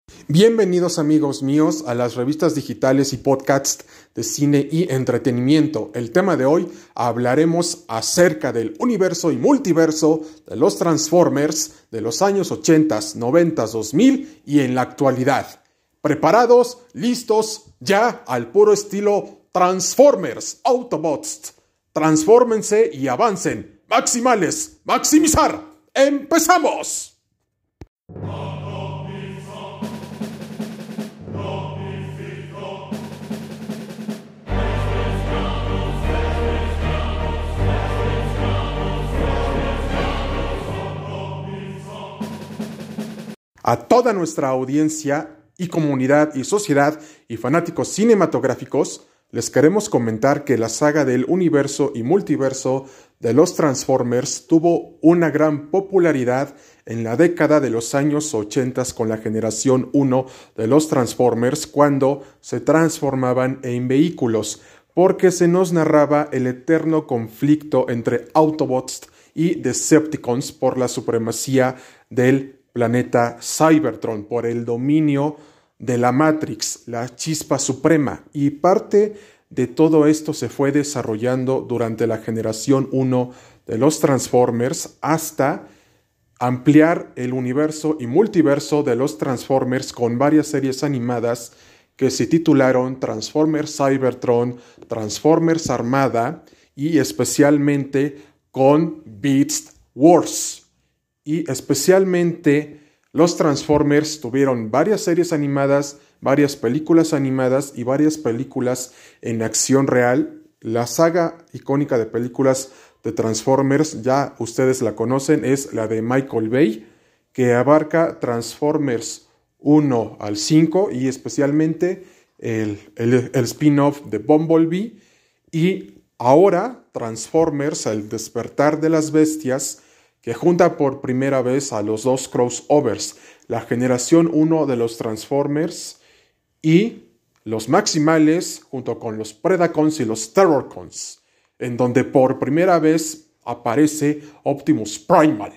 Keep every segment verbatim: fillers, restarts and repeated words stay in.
Bienvenidos amigos míos a las revistas digitales y podcasts de cine y entretenimiento. El tema de hoy hablaremos acerca del universo y multiverso de los Transformers de los años ochenta, noventa, dos mil y en la actualidad. ¿Preparados? ¿Listos? Ya al puro estilo Transformers, Autobots. Transfórmense y avancen. Maximales, maximizar. ¡Empezamos! A toda nuestra audiencia y comunidad y sociedad y fanáticos cinematográficos, les queremos comentar que la saga del universo y multiverso de los Transformers tuvo una gran popularidad en la década de los años ochenta con la generación uno de los Transformers cuando se transformaban en vehículos, porque se nos narraba el eterno conflicto entre Autobots y Decepticons por la supremacía del planeta Cybertron, por el dominio de la Matrix, la chispa suprema, y parte de todo esto se fue desarrollando durante la generación uno de los Transformers hasta ampliar el universo y multiverso de los Transformers con varias series animadas que se titularon Transformers Cybertron, Transformers Armada y especialmente con Beast Wars. Y especialmente los Transformers tuvieron varias series animadas, varias películas animadas y varias películas en acción real. La saga icónica de películas de Transformers, ya ustedes la conocen, es la de Michael Bay, que abarca Transformers uno al cinco y especialmente el, el, el spin-off de Bumblebee. Y ahora Transformers, el despertar de las bestias, que junta por primera vez a los dos crossovers, la generación uno de los Transformers y los Maximales junto con los Predacons y los Terrorcons, en donde por primera vez aparece Optimus Primal,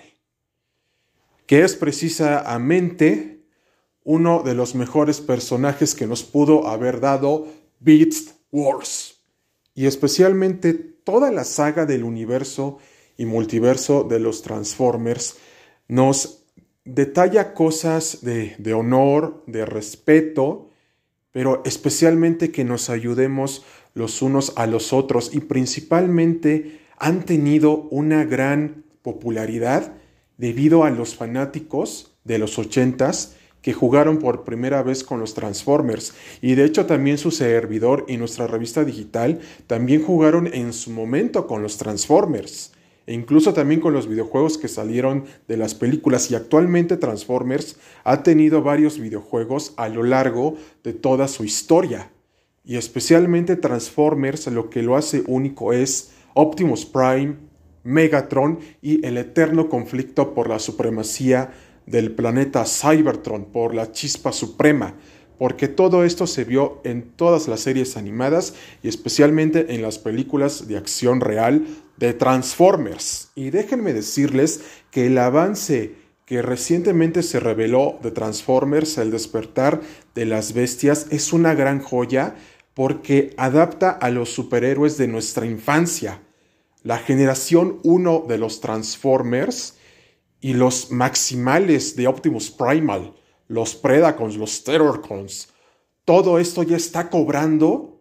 que es precisamente uno de los mejores personajes que nos pudo haber dado Beast Wars, y especialmente toda la saga del universo y multiverso de los Transformers nos detalla cosas de, de honor, de respeto, pero especialmente que nos ayudemos los unos a los otros, y principalmente han tenido una gran popularidad debido a los fanáticos de los ochentas que jugaron por primera vez con los Transformers, y de hecho también su servidor y nuestra revista digital también jugaron en su momento con los Transformers, e incluso también con los videojuegos que salieron de las películas, y actualmente Transformers ha tenido varios videojuegos a lo largo de toda su historia, y especialmente Transformers lo que lo hace único es Optimus Prime, Megatron y el eterno conflicto por la supremacía del planeta Cybertron, por la chispa suprema, porque todo esto se vio en todas las series animadas y especialmente en las películas de acción real de Transformers. Y déjenme decirles que el avance que recientemente se reveló de Transformers, el despertar de las bestias, es una gran joya porque adapta a los superhéroes de nuestra infancia. La generación uno de los Transformers y los Maximales de Optimus Primal, los Predacons, los Terrorcons, todo esto ya está cobrando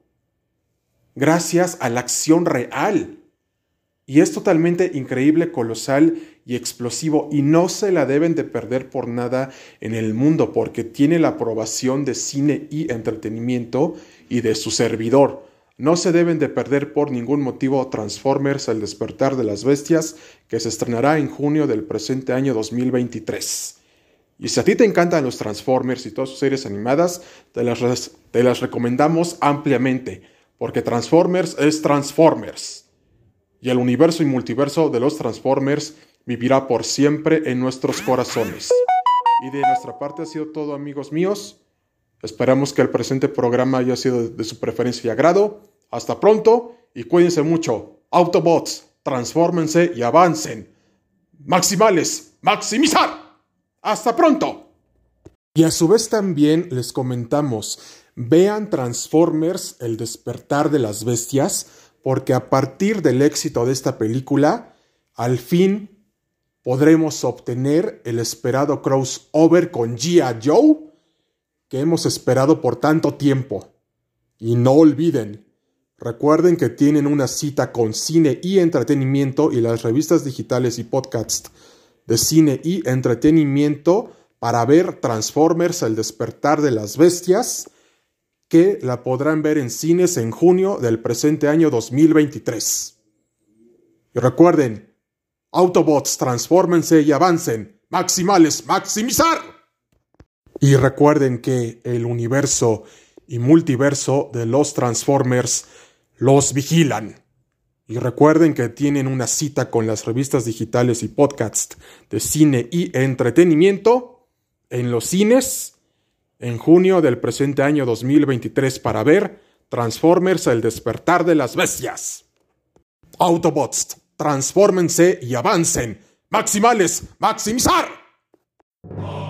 gracias a la acción real. Y es totalmente increíble, colosal y explosivo, y no se la deben de perder por nada en el mundo, porque tiene la aprobación de cine y entretenimiento y de su servidor. No se deben de perder por ningún motivo Transformers, el despertar de las bestias, que se estrenará en junio del presente año dos mil veintitrés. Y si a ti te encantan los Transformers y todas sus series animadas, te las, te las recomendamos ampliamente, porque Transformers es Transformers. Y el universo y multiverso de los Transformers vivirá por siempre en nuestros corazones. Y de nuestra parte ha sido todo, amigos míos. Esperamos que el presente programa haya sido de su preferencia y agrado. Hasta pronto y cuídense mucho. Autobots, transfórmense y avancen. Maximales, maximizar. Hasta pronto. Y a su vez también les comentamos, vean Transformers: El despertar de las bestias, porque a partir del éxito de esta película, al fin podremos obtener el esperado crossover con G I. Joe que hemos esperado por tanto tiempo. Y no olviden, recuerden que tienen una cita con Cine y Entretenimiento y las revistas digitales y podcasts de Cine y Entretenimiento para ver Transformers: El despertar de las bestias, que la podrán ver en cines en junio del presente año dos mil veintitrés. Y recuerden, Autobots, transfórmense y avancen. Maximales, maximizar. Y recuerden que el universo y multiverso de los Transformers los vigilan. Y recuerden que tienen una cita con las revistas digitales y podcasts de Cine y Entretenimiento en los cines en junio del presente año dos mil veintitrés para ver Transformers: El despertar de las bestias. Autobots, transfórmense y avancen. Maximales, maximizar.